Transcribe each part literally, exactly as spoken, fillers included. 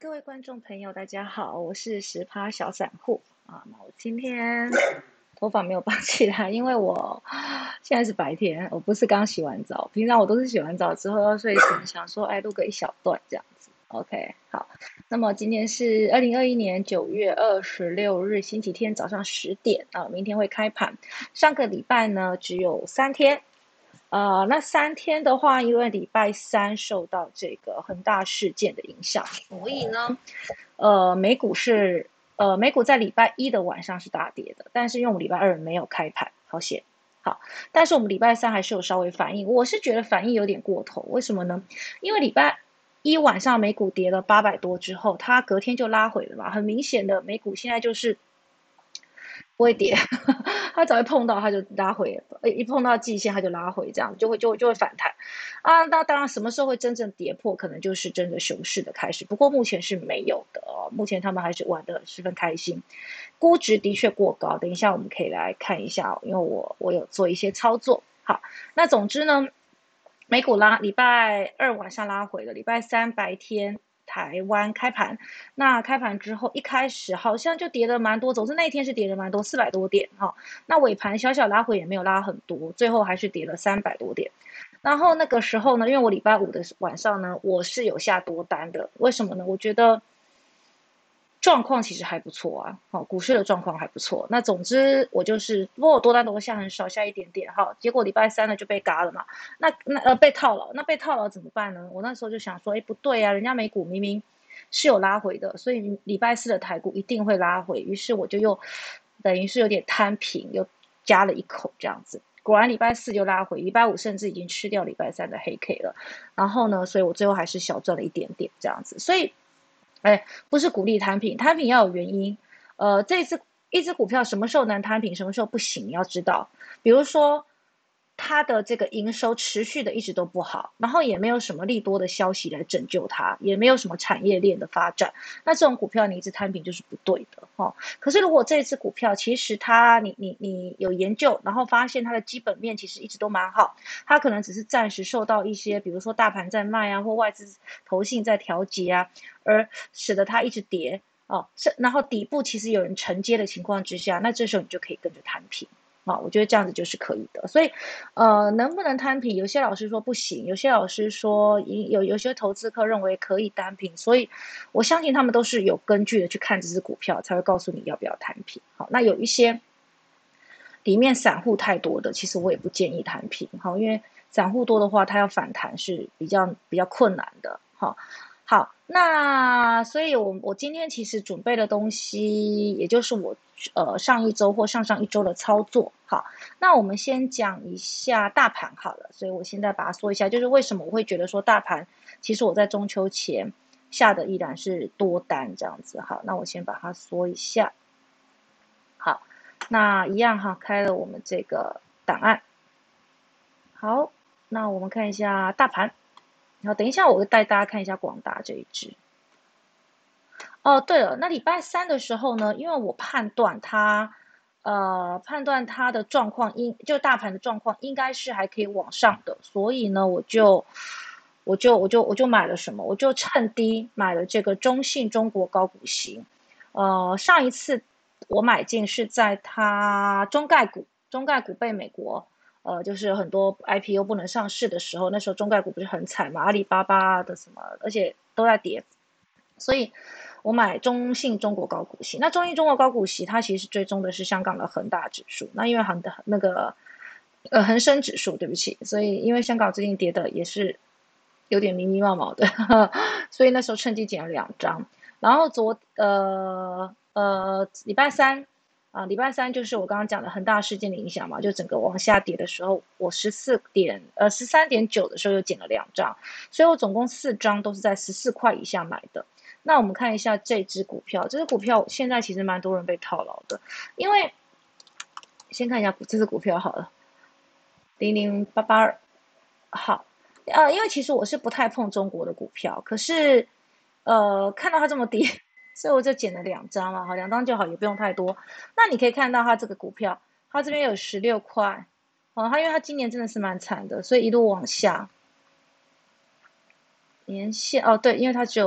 各位观众朋友，大家好，我是十趴小散户啊。那我今天头发没有绑起来，因为我现在是白天，我不是刚洗完澡。平常我都是洗完澡之后要睡前想说，哎，录个一小段这样子。OK，好。那么今天是二零二一年九月二十六日星期天早上十点啊，明天会开盘。上个礼拜呢只有三天。呃，那三天的话，因为礼拜三受到这个恒大事件的影响，所以呢，呃，美股是呃美股在礼拜一的晚上是大跌的，但是因为我们礼拜二没有开盘，好险。好，但是我们礼拜三还是有稍微反应，我是觉得反应有点过头，为什么呢？因为礼拜一晚上美股跌了八百多之后，它隔天就拉回了嘛，很明显的美股现在就是不会跌，它只要一碰到它就拉回，一碰到季线它就拉回，这样就会就会就会反弹啊。那当然，什么时候会真正跌破，可能就是真的熊市的开始。不过目前是没有的哦，目前他们还是玩得十分开心，估值的确过高。等一下我们可以来看一下，因为我我有做一些操作。好，那总之呢，美股拉礼拜二晚上拉回了，礼拜三白天台湾开盘，那开盘之后一开始好像就跌了蛮多，总之那一天是跌了蛮多，四百多点哈、哦。那尾盘小小拉回也没有拉很多，最后还是跌了三百多点。然后那个时候呢，因为我礼拜五的晚上呢，我是有下多单的，为什么呢？我觉得状况其实还不错啊，好、哦，股市的状况还不错。那总之我就是，不过我多单都下很少，下一点点哈、哦。结果礼拜三呢就被嘎了嘛，那那呃被套牢，那被套牢怎么办呢？我那时候就想说，哎不对啊，人家美股明明是有拉回的，所以礼拜四的台股一定会拉回。于是我就又等于是有点摊平，又加了一口这样子。果然礼拜四就拉回，礼拜五甚至已经吃掉礼拜三的黑 K 了。然后呢，所以我最后还是小赚了一点点这样子。所以。哎，不是鼓励摊平，摊平要有原因。呃，这次一只股票什么时候能摊平，什么时候不行，你要知道。比如说，它的这个营收持续的一直都不好，然后也没有什么利多的消息来拯救它，也没有什么产业链的发展，那这种股票你一直摊平就是不对的哦。可是如果这只股票其实它你你你有研究，然后发现它的基本面其实一直都蛮好，它可能只是暂时受到一些，比如说大盘在卖啊，或外资投信在调节啊，而使得它一直跌哦，然后底部其实有人承接的情况之下，那这时候你就可以跟着摊平。啊，我觉得这样子就是可以的。所以，呃，能不能摊平？有些老师说不行，有些老师说有有些投资客认为可以摊平。所以，我相信他们都是有根据的去看这只股票，才会告诉你要不要摊平。好，那有一些里面散户太多的，其实我也不建议摊平。好，因为散户多的话，它要反弹是比较比较困难的。好。好，那所以我我今天其实准备的东西，也就是我呃上一周或上上一周的操作。好，那我们先讲一下大盘好了，所以我现在把它说一下，就是为什么我会觉得说大盘，其实我在中秋前下的依然是多单这样子。好，那我先把它说一下。好，那一样哈，开了我们这个档案。好，那我们看一下大盘。好，等一下我会带大家看一下广达这一支。哦，对了，那礼拜三的时候呢，因为我判断它，呃，判断它的状况应就大盘的状况应该是还可以往上的，所以呢，我就我就我就我就买了什么，我就趁低买了这个中信中国高股息。呃，上一次我买进是在它中概股，中概股被美国。呃，就是很多 I P O 不能上市的时候，那时候中概股不是很惨嘛，阿里巴巴的什么，而且都在跌，所以我买中信中国高股息。那中信中国高股息它其实追踪的是香港的恒大指数，那因为恒大那个呃恒生指数，对不起，所以因为香港最近跌的也是有点迷迷毛毛的，所以那时候趁机减了两张。然后昨呃呃礼拜三啊，礼拜三就是我刚刚讲的恒大事件的影响嘛，就整个往下跌的时候，我十四点呃十三点九的时候又减了两张，所以我总共四张都是在十四块以下买的。那我们看一下这只股票，这只股票现在其实蛮多人被套牢的，因为先看一下这只股票好了，零零八八二，好，呃，因为其实我是不太碰中国的股票，可是呃看到它这么低，所以我就减了两张嘛，好，两张就好，也不用太多。那你可以看到它这个股票，它这边有十六块，哦，它因为它今年真的是蛮惨的，所以一路往下，年线哦对，因为它只有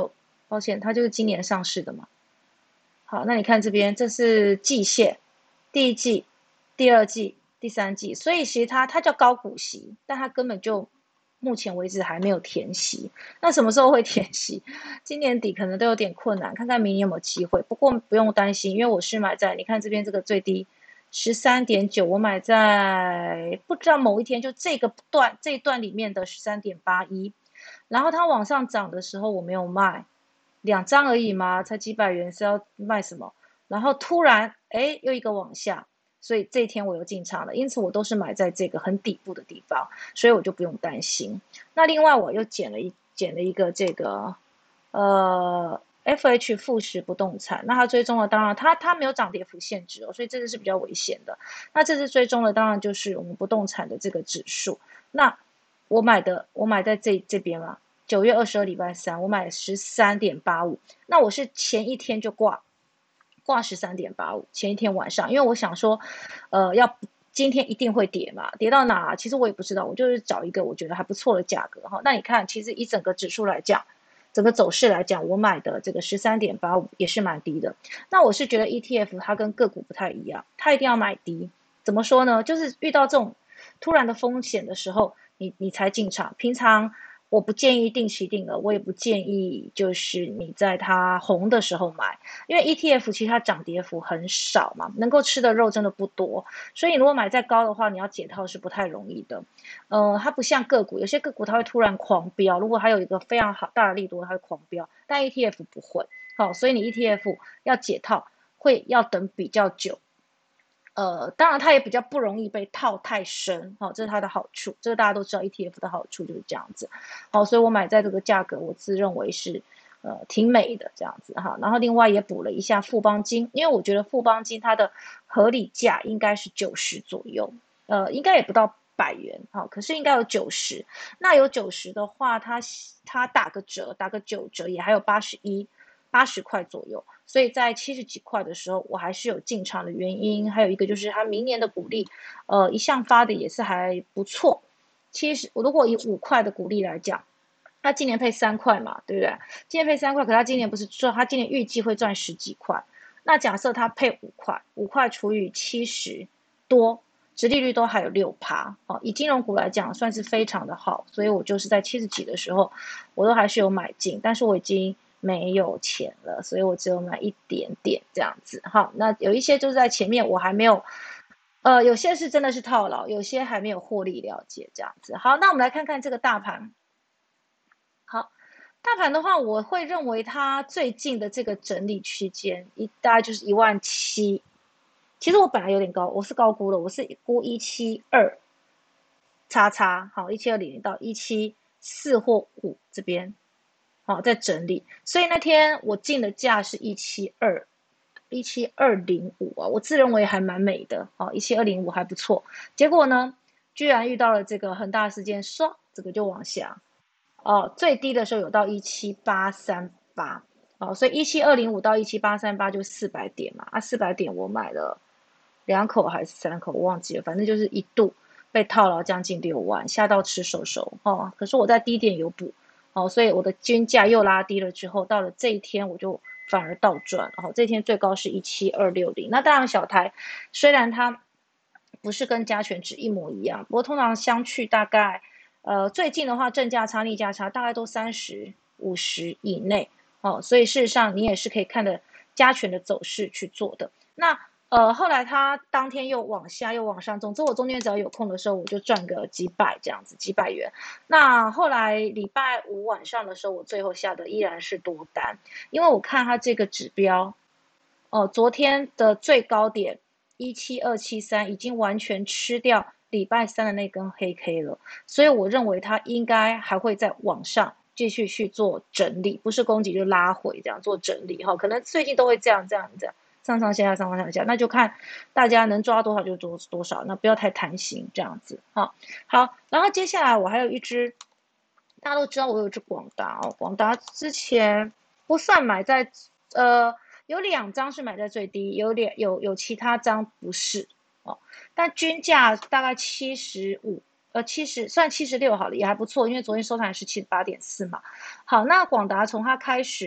抱歉，它就是今年上市的嘛。好，那你看这边，这是季线，第一季、第二季、第三季，所以其实它它叫高股息，但它根本就目前为止还没有填息。那什么时候会填息？今年底可能都有点困难，看看明年有没有机会。不过不用担心，因为我是买在你看这边这个最低十三点九，我买在不知道某一天就这个段这一段里面的十三点八一，然后它往上涨的时候我没有卖。两张而已嘛，才几百元是要卖什么？然后突然，哎，又一个往下，所以这一天我又进场了。因此我都是买在这个很底部的地方，所以我就不用担心。那另外我又捡了一捡了一个这个呃 F H 富时不动产，那它追踪了，当然它它没有涨跌幅限制哦，所以这个是比较危险的。那这次追踪的当然就是我们不动产的这个指数。那我买的我买在这这边嘛。九月二十二礼拜三，我买十三点八五，那我是前一天就挂，挂十三点八五，前一天晚上，因为我想说，呃，要今天一定会跌嘛，跌到哪？其实我也不知道，我就是找一个我觉得还不错的价格哈。那你看，其实以整个指数来讲，整个走势来讲，我买的这个十三点八五也是蛮低的。那我是觉得 E T F 它跟个股不太一样，它一定要买低。怎么说呢？就是遇到这种突然的风险的时候，你你才进场，平常。我不建议定期定额，我也不建议就是你在它红的时候买，因为 E T F 其实它涨跌幅很少嘛，能够吃的肉真的不多，所以你如果买再高的话，你要解套是不太容易的。呃，它不像个股，有些个股它会突然狂飙，如果它有一个非常好大的力度，它会狂飙，但 E T F 不会。好，所以你 E T F 要解套会要等比较久。呃，当然它也比较不容易被套太深，好、哦，这是它的好处，这个大家都知道 E T F 的好处就是这样子，好，所以我买在这个价格，我自认为是呃挺美的这样子哈，然后另外也补了一下富邦金，因为我觉得富邦金它的合理价应该是九十左右，呃，应该也不到百元，好、哦，可是应该有九十，那有九十的话，它它打个折，打个九折也还有八十一。八十块左右，所以在七十几块的时候，我还是有进场的原因。还有一个就是它明年的股利，呃，一向发的也是还不错。七十，如果以五块的股利来讲，它今年配三块嘛，对不对？今年配三块，可它今年不是说它今年预计会赚十几块？那假设它配五块，五块除以七十多，殖利率都还有六趴，哦，以金融股来讲算是非常的好，所以我就是在七十几的时候，我都还是有买进，但是我已经。没有钱了，所以我只有买一点点这样子。好，那有一些就是在前面我还没有，呃，有些是真的是套牢，有些还没有获利了结这样子。好，那我们来看看这个大盘。好，大盘的话，我会认为它最近的这个整理区间，一大概就是一万七。其实我本来有点高，我是高估了，我是估一七二叉叉，好，一七二零到一七四或五这边。好，在整理，所以那天我进的价是一七二，一七二零五啊，我自认为还蛮美的，哦，一七二零五还不错。结果呢，居然遇到了这个很大的事件，唰，这个就往下，哦，最低的时候有到一七八三八，哦，所以一七二零五到一七八三八就四百点嘛，啊，四百点我买了两口还是三口，我忘记了，反正就是一度被套牢将近六万，下到吃手手，哦，可是我在低点有补。哦，所以我的均价又拉低了之后，到了这一天我就反而倒赚，然后这一天最高是一七二六零。那当然小台虽然它不是跟加权值一模一样，不过通常相去大概呃最近的话正价差逆价差大概都三十五十以内哦，所以事实上你也是可以看着加权的走势去做的。那呃，后来它当天又往下又往上，总之我中间只要有空的时候，我就赚个几百这样子，几百元。那后来礼拜五晚上的时候，我最后下的依然是多单，因为我看它这个指标，哦、呃，昨天的最高点一七二七三已经完全吃掉礼拜三的那根黑 K 了，所以我认为它应该还会再往上。继续去做整理，不是攻击就拉回，这样做整理哈，可能最近都会这样这样这样。上上下下上上下下，那就看大家能抓多少就抓多少，那不要太贪心这样子哈。好，然后接下来我还有一只，大家都知道我有一只广达哦，广达之前不算买在呃有两张是买在最低，有两有有其他张不是哦，但均价大概七十五。呃，七十算七十六好了，也还不错，因为昨天收盘是七十八点四嘛。好，那广达从它开始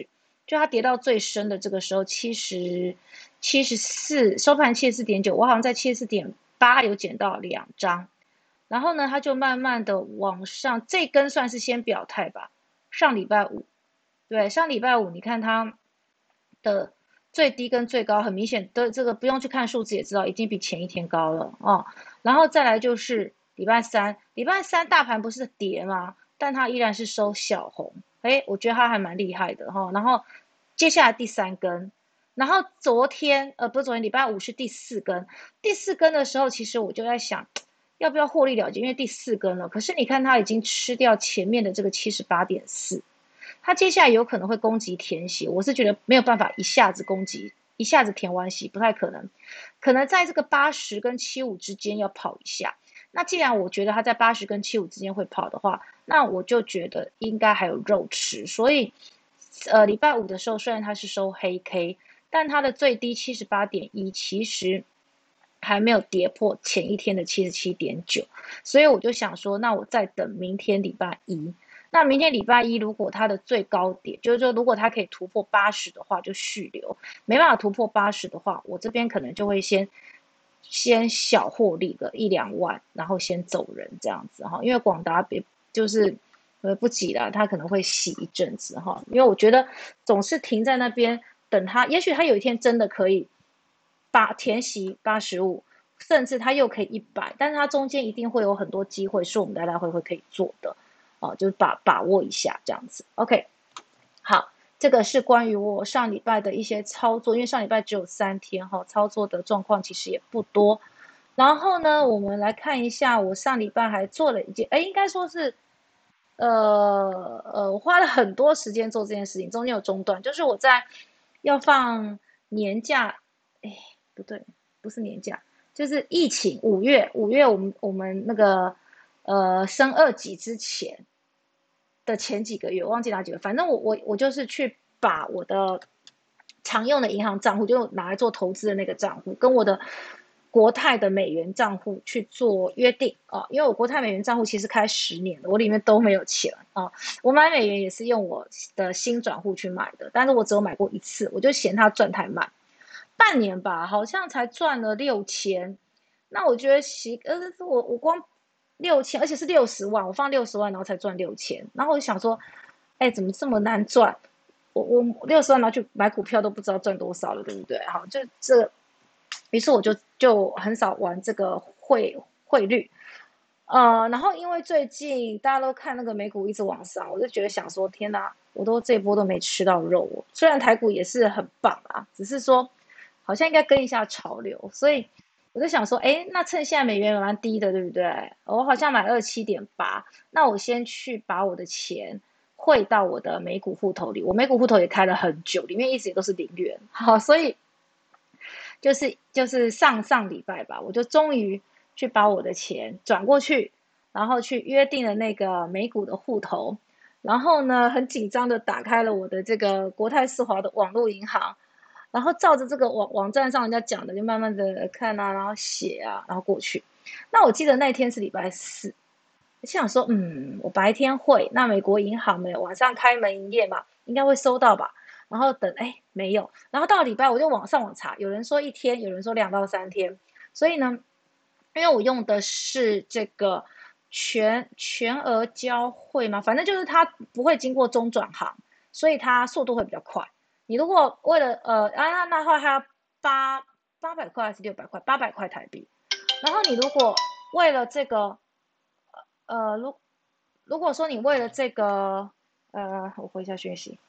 就它跌到最深的这个时候，七十七十四收盘七十四点九，我好像在七十四点八有捡到两张，然后呢，它就慢慢的往上，这根算是先表态吧。上礼拜五，对，上礼拜五你看它的最低跟最高，很明显的这个不用去看数字也知道，已经比前一天高了哦。然后再来就是礼拜三，礼拜三大盘不是跌吗？但它依然是收小红，哎，我觉得它还蛮厉害的哈、哦。然后接下来第三根，然后昨天呃不是昨天礼拜五是第四根，第四根的时候，其实我就在想。要不要获利了结？因为第四根了，可是你看它已经吃掉前面的这个七十八点四，它接下来有可能会攻击填息，我是觉得没有办法一下子攻击，一下子填完息不太可能，可能在这个八十跟七五之间要跑一下。那既然我觉得它在八十跟七五之间会跑的话，那我就觉得应该还有肉吃。所以，呃，礼拜五的时候虽然它是收黑 K，但它的最低七十八点一其实还没有跌破前一天的七十七点九，所以我就想说，那我再等明天礼拜一。那明天礼拜一，如果它的最高点，就是说如果它可以突破八十的话，就续留；没办法突破八十的话，我这边可能就会先先小获利个一两万，然后先走人这样子哈。因为广达别就是呃不急了，它可能会洗一阵子哈。因为我觉得总是停在那边等它，也许它有一天真的可以把填息八十五，甚至它又可以一百，但是它中间一定会有很多机会是我们来来回回可以做的。哦，就是把把握一下这样子。OK，好，这个是关于我上礼拜的一些操作，因为上礼拜只有三天哈、哦，操作的状况其实也不多。然后呢，我们来看一下，我上礼拜还做了一件，哎，应该说是，呃呃，我花了很多时间做这件事情，中间有中断，就是我在要放年假，哎，不对，不是年假，就是疫情，五月五月我们我们那个呃升二级之前，的前几个月，我忘记哪几个，反正我我我就是去把我的常用的银行账户，就拿来做投资的那个账户，跟我的国泰的美元账户去做约定啊，因为我国泰美元账户其实开十年了，我里面都没有钱啊，我买美元也是用我的新转户去买的，但是我只有买过一次，我就嫌它赚太慢，半年吧，好像才赚了六千，那我觉得其呃我我光六千，而且是六十万，我放六十万，然后才赚六千。然后我就想说，哎，怎么这么难赚？我我六十万拿去买股票都不知道赚多少了，对不对？好，就这，于是我就就很少玩这个汇汇率。呃，然后因为最近大家都看那个美股一直往上，我就觉得想说，天哪，我都这一波都没吃到肉哦。虽然台股也是很棒啊，只是说好像应该跟一下潮流，所以我就想说，哎，那趁现在美元蛮低的，对不对？我好像买二七点八，那我先去把我的钱汇到我的美股户头里。我美股户头也开了很久，里面一直也都是零元，好，所以就是就是上上礼拜吧，我就终于去把我的钱转过去，然后去约定了那个美股的户头，然后呢，很紧张的打开了我的这个国泰世华的网络银行，然后照着这个网网站上人家讲的，就慢慢的看啊，然后写啊，然后过去。那我记得那天是礼拜四，我想说，嗯，我白天会，那美国银行没有晚上开门营业嘛，应该会收到吧？然后等，哎，没有。然后到礼拜我就网上网查，有人说一天，有人说两到三天。所以呢，因为我用的是这个全全额交汇嘛，反正就是它不会经过中转行，所以它速度会比较快。你如果为了呃啊那那话还要八八百块还是六百块？八百块台币。然后你如果为了这个呃如如果说你为了这个呃我回一下讯息。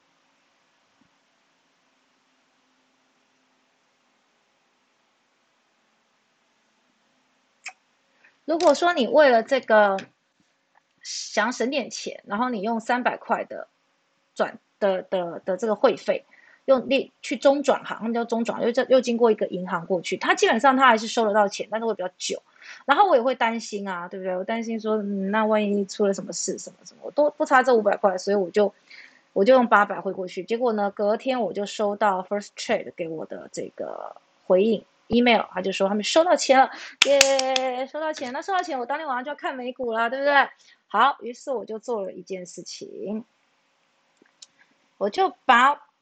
如果说你为了这个想省点钱，然后你用三百块的转的的的这个会费，用你去中转行，他们叫中转，又又经过一个银行过去，他基本上他还是收得到钱，但是会比较久。然后我也会担心啊，对不对？我担心说，嗯，那万一出了什么事，什么什么，我都不差这五百块，所以我就我就用八百汇过去。结果呢，隔天我就收到 First Trade 给我的这个回应 email，他就说他们收到钱了，耶，收到钱。那收到钱，我当天晚上就要看美股了，对不对？好，于是我就做了一件事情，我就把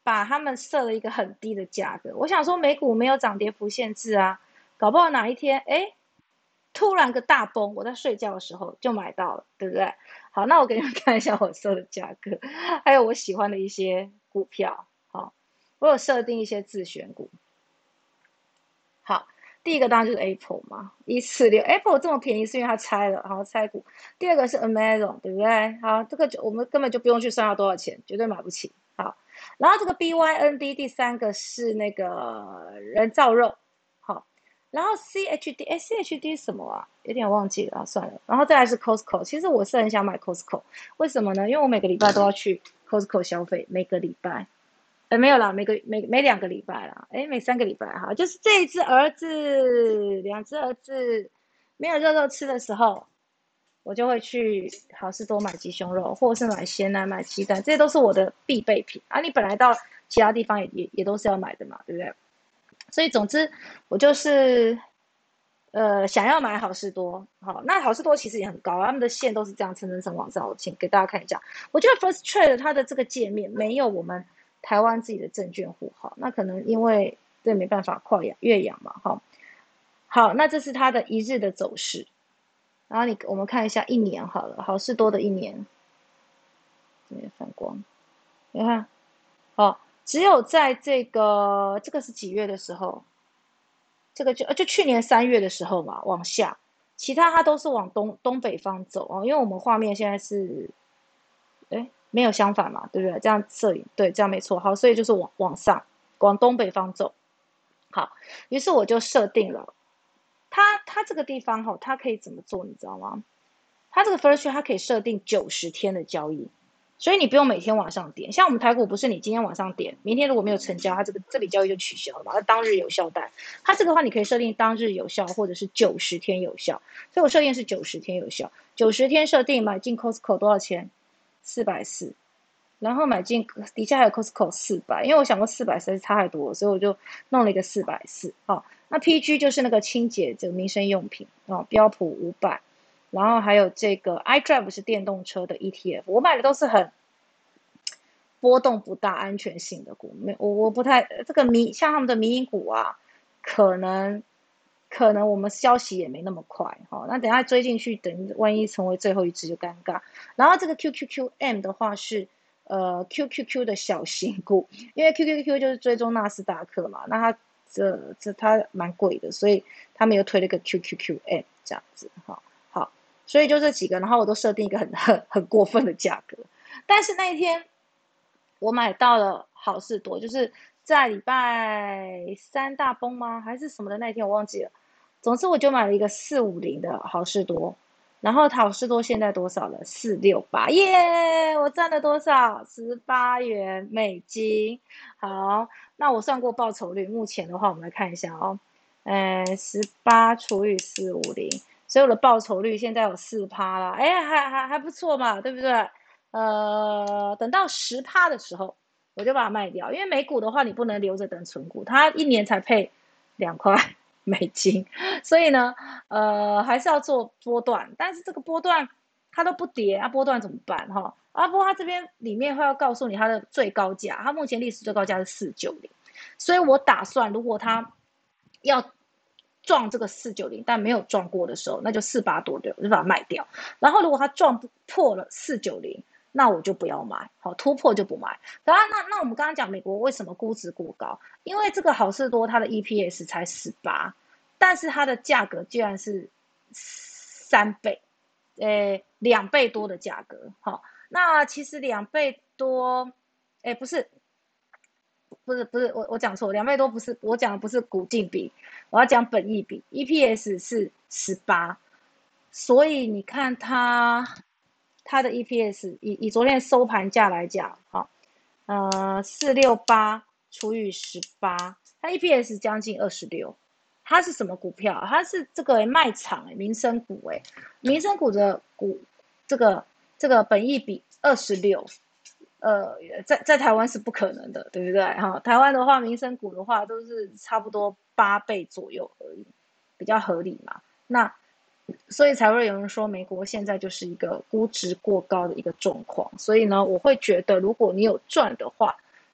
把他们设了一个很低的价格。我想说美股没有涨跌幅限制啊，搞不好哪一天哎突然个大崩，我在睡觉的时候就买到了，对不对？好，那我给你们看一下我设的价格，还有我喜欢的一些股票。好，我有设定一些自选股。好，第一个当然就是 Apple 嘛，一四六 Apple 这么便宜是因为它拆了，好拆股。第二个是 Amazon，对不对？好，这个就我们根本就不用去算要多少钱，绝对买不起。好，然后这个 B Y N D 第三个是那个人造肉，好，然后 C H D，哎，C H D 是什么啊？有点忘记了啊，算了。然后再来是 Costco，其实我是很想买 Costco，为什么呢？因为我每个礼拜都要去 Costco 消费，每个礼拜。呃，没有啦，每个每每两个礼拜啦，哎，每三个礼拜哈，就是这一只儿子，两只儿子没有肉肉吃的时候，我就会去好事多买鸡胸肉，或者是买鲜奶、买鸡蛋，这些都是我的必备品啊。你本来到其他地方也也也都是要买的嘛，对不对？所以总之，我就是呃想要买好事多，好，那好事多其实也很高，他们的线都是这样层层层往上，我请给大家看一下。我觉得 First Trade 它的这个界面没有我们台湾自己的证券户好，那可能因为这没办法跨洋越洋嘛，哈。好，那这是它的一日的走势，然后你我们看一下一年好了，好事多的一年，这边反光，你看，好，只有在这个这个是几月的时候，这个就就去年三月的时候嘛，往下，其他它都是往东东北方走哦，因为我们画面现在是，哎，没有相反嘛，对不对？这样摄影对，这样没错。好，所以就是往往上，往东北方走。好，于是我就设定了，它它这个地方哈、哦，它可以怎么做，你知道吗？它这个 first trade 它可以设定九十天的交易，所以你不用每天往上点。像我们台股不是你今天往上点，明天如果没有成交，它这个这笔交易就取消了嘛，它当日有效单。它这个话你可以设定当日有效，或者是九十天有效。所以我设定是九十天有效，九十天设定买进 Costco 多少钱？四百四。然后买进底下还有 Costco 四百，因为我想过四百实在是差太多了，所以我就弄了一个四百四。好，那 P G 就是那个清洁这个民生用品哦，标普五百，然后还有这个 iDrive 是电动车的 E T F，我买的都是很波动不大、安全性的股，没我我不太这个迷像他们的迷因股啊，可能可能我们消息也没那么快，好、哦，那等下追进去，等万一成为最后一只就尴尬。然后这个 Q Q Q M 的话是呃 Q Q Q 的小型股，因为 Q Q Q 就是追踪纳斯达克嘛，那它这这它蛮贵的，所以他们又推了个 Q Q Q M 这样子，好、好，所以就这几个，然后我都设定一个很很很过分的价格，但是那一天。我买到了好事多，就是在礼拜三大崩吗？还是什么的那一天我忘记了。总之我就买了一个四五零的好事多，然后好事多现在多少了？四六八，耶！我赚了多少？十八元美金。好，那我算过报酬率，目前的话我们来看一下哦，嗯，十八除以四五零，所以我的报酬率现在有四趴啦，哎，还还还不错嘛，对不对？呃，等到十趴的时候，我就把它卖掉，因为美股的话，你不能留着等存股，它一年才配两块美金，所以呢，呃，还是要做波段，但是这个波段它都不跌，啊，波段怎么办哈？啊，不过它这边里面会要告诉你它的最高价，它目前历史最高价是四九零，所以我打算如果它要撞这个四九零，但没有撞过的时候，那就四八多的，我就把它卖掉。然后如果它撞破了四九零，那我就不要买，好，突破就不买。当然，那那我们刚刚讲美国为什么估值过高？因为这个好事多它的 E P S 才十八，但是它的价格居然是三倍，呃，两倍多的价格。好，那其实两倍多，哎，不是，不是不是，我我讲错，两倍多不是我讲的不是股净比，我要讲本益比 ，E P S 是十八，所以你看它它的 E P S 以以昨天收盘价来讲，好，呃，四六八除以十八，它 E P S 将近二十六。它是什么股票？它是这个卖场哎，民生股哎，民生股的股这个这个本益比二十六，呃，在在台湾是不可能的，对不对？哈，台湾的话，民生股的话都是差不多八倍左右而已，比较合理嘛。那所以才会有人说美国现在就是一个估值过高的一个状况。所以呢，我会觉得如果你有赚的话，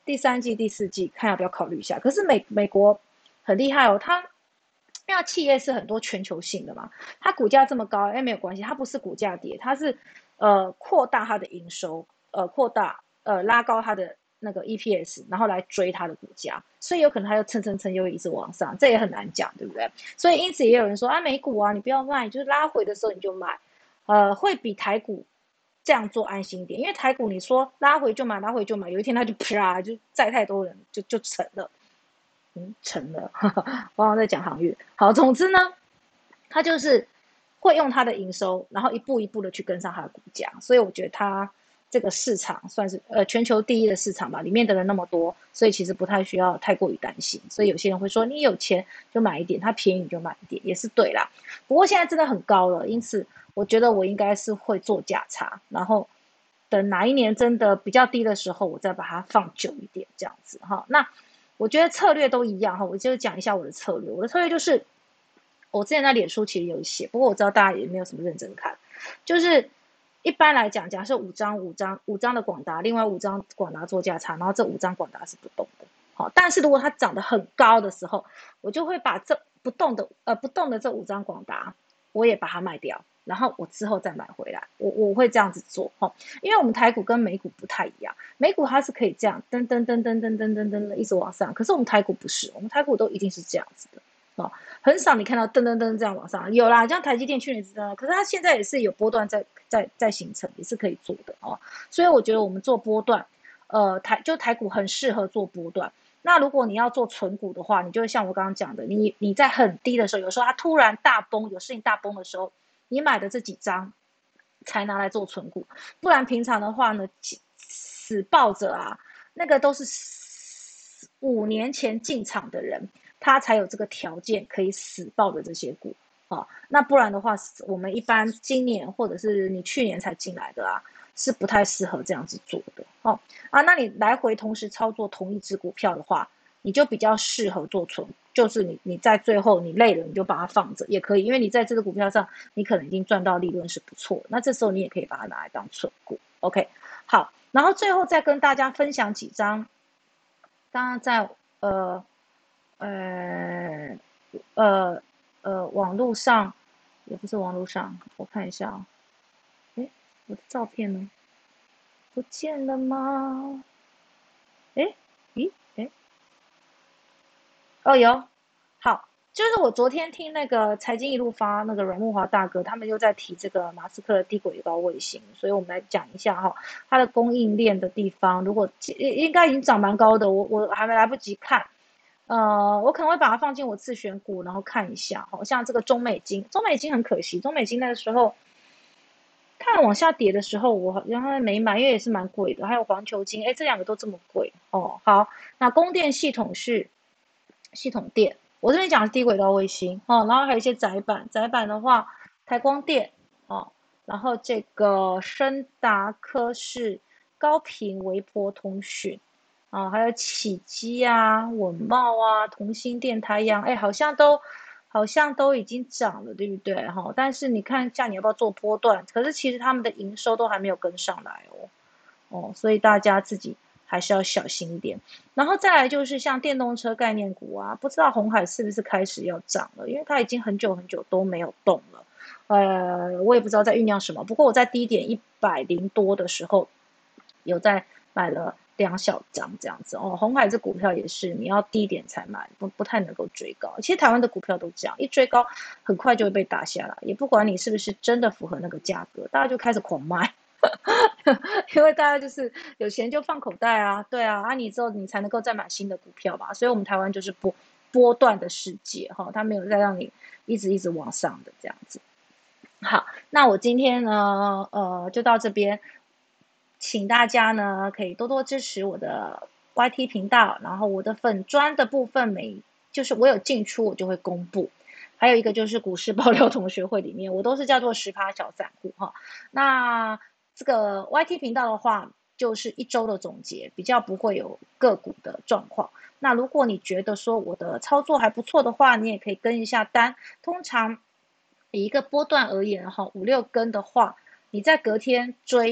第三季、第四季看要不要考虑一下。可是美美国很厉害哦，它因为企业是很多全球性的嘛，它股价这么高，哎，没有关系，它不是股价跌，它是呃扩大它的营收，呃扩大呃拉高它的那个 E P S， 然后来追它的股价，所以有可能它又蹭蹭蹭又一直往上，这也很难讲，对不对？所以因此也有人说啊，美股啊，你不要卖，就是拉回的时候你就买，呃，会比台股这样做安心一点，因为台股你说拉回就买，拉回就买，有一天它就啪就载太多人就就沉了。嗯，成了，往往在讲航运。好，总之呢，他就是会用他的营收，然后一步一步的去跟上他的股价，所以我觉得他这个市场算是呃全球第一的市场吧，里面的人那么多，所以其实不太需要太过于担心。所以有些人会说，你有钱就买一点，它便宜你就买一点，也是对啦。不过现在真的很高了，因此我觉得我应该是会做价差，然后等哪一年真的比较低的时候，我再把它放久一点，这样子哈。那我觉得策略都一样哈，我就讲一下我的策略。我的策略就是，我之前在脸书其实有写，不过我知道大家也没有什么认真看。就是一般来讲，假设五张五张五张的广达，另外五张广达做价差，然后这五张广达是不动的。好，但是如果它涨得很高的时候，我就会把这不动的呃不动的这五张广达，我也把它卖掉。然后我之后再买回来，我我会这样子做哈，因为我们台股跟美股不太一样，美股它是可以这样噔噔噔噔噔噔噔噔的一直往上，可是我们台股不是，我们台股都一定是这样子的哦，很少你看到噔噔噔这样往上，有啦，像台积电去年是这样，可是它现在也是有波段在在在形成，也是可以做的哦，所以我觉得我们做波段，呃台就台股很适合做波段。那如果你要做存股的话，你就会像我刚刚讲的，你你在很低的时候，有时候它突然大崩，有事情大崩的时候。你买的这几张才拿来做存股，不然平常的话呢，死抱着啊，那个都是五年前进场的人，他才有这个条件可以死抱着这些股啊。那不然的话，我们一般今年或者是你去年才进来的啊，是不太适合这样子做的哦。啊，那你来回同时操作同一只股票的话，你就比较适合做存，就是你你在最后你累了，你就把它放着也可以，因为你在这个股票上，你可能已经赚到利润是不错，那这时候你也可以把它拿来当存股。OK， 好，然后最后再跟大家分享几张，刚刚在呃呃呃呃网络上，也不是网络上，我看一下啊、哦，诶，我的照片呢？不见了吗？诶，咦，诶。哦，有，好，就是我昨天听那个财经一路发那个阮木华大哥，他们又在提这个马斯克的低轨道卫星，所以我们来讲一下哈，它的供应链的地方，如果应该已经涨蛮高的，我我还没来不及看，呃，我可能会把它放进我自选股，然后看一下，好像这个中美金，中美金很可惜，中美金那个时候看往下跌的时候，我好像没买，因为也是蛮贵的，还有环球金，哎，这两个都这么贵哦。好，那供电系统是。系统电，我这边讲的是低轨道卫星哦，然后还有一些载板，载板的话，台光电哦，然后这个深达科是高频微波通讯啊、哦，还有启基啊、稳茂啊、同心电、太阳，哎，好像都好像都已经涨了，对不对？哈、哦，但是你看一下你要不要做波段？可是其实他们的营收都还没有跟上来哦，哦，所以大家自己。还是要小心一点，然后再来就是像电动车概念股啊，不知道鸿海是不是开始要涨了，因为它已经很久很久都没有动了，呃，我也不知道在酝酿什么。不过我在低点一百零多的时候，有在买了两小张这样子哦。鸿海这股票也是，你要低点才买，不不太能够追高。其实台湾的股票都这样，一追高很快就会被打下来，也不管你是不是真的符合那个价格，大家就开始狂卖。因为大家就是有钱就放口袋啊，对啊，啊你之后你才能够再买新的股票吧，所以我们台湾就是波波段的世界哈，它没有再让你一直一直往上的这样子。好，那我今天呢，呃，就到这边，请大家呢可以多多支持我的 Y T 频道，然后我的粉砖的部分每就是我有进出我就会公布。还有一个就是股市爆料同学会里面，我都是叫做十趴小散户哈。那这个 Y T 频道的话，就是一周的总结，比较不会有个股的状况。那如果你觉得说我的操作还不错的话，你也可以跟一下单。通常以一个波段而言哈，五六根的话，你在隔天追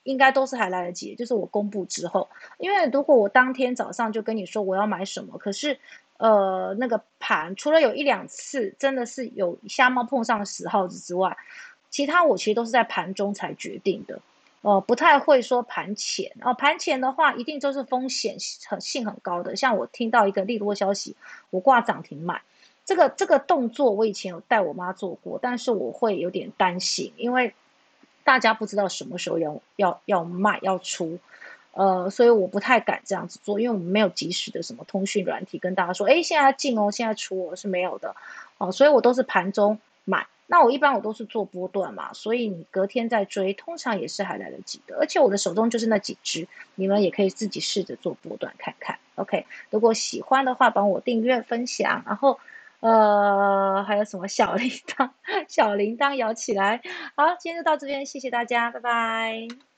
应该都是还来得及，就是我公布之后，因为如果我当天早上就跟你说我要买什么，可是呃那个盘除了有一两次真的是有瞎猫碰上十号子之外，其他我其实都是在盘中才决定的。呃，不太会说盘前哦，盘前的话一定都是风险很性很高的。像我听到一个利多消息，我挂涨停买，这个这个动作我以前有带我妈做过，但是我会有点担心，因为大家不知道什么时候要要要卖要出，呃，所以我不太敢这样子做，因为我们没有及时的什么通讯软体跟大家说，哎，现在进哦，现在出哦，是没有的，哦，所以我都是盘中买。那我一般我都是做波段嘛，所以你隔天再追，通常也是还来得及的。而且我的手中就是那几只，你们也可以自己试着做波段看看。OK，如果喜欢的话，帮我订阅分享，然后呃还有什么小铃铛，小铃铛摇起来。好，今天就到这边，谢谢大家，拜拜。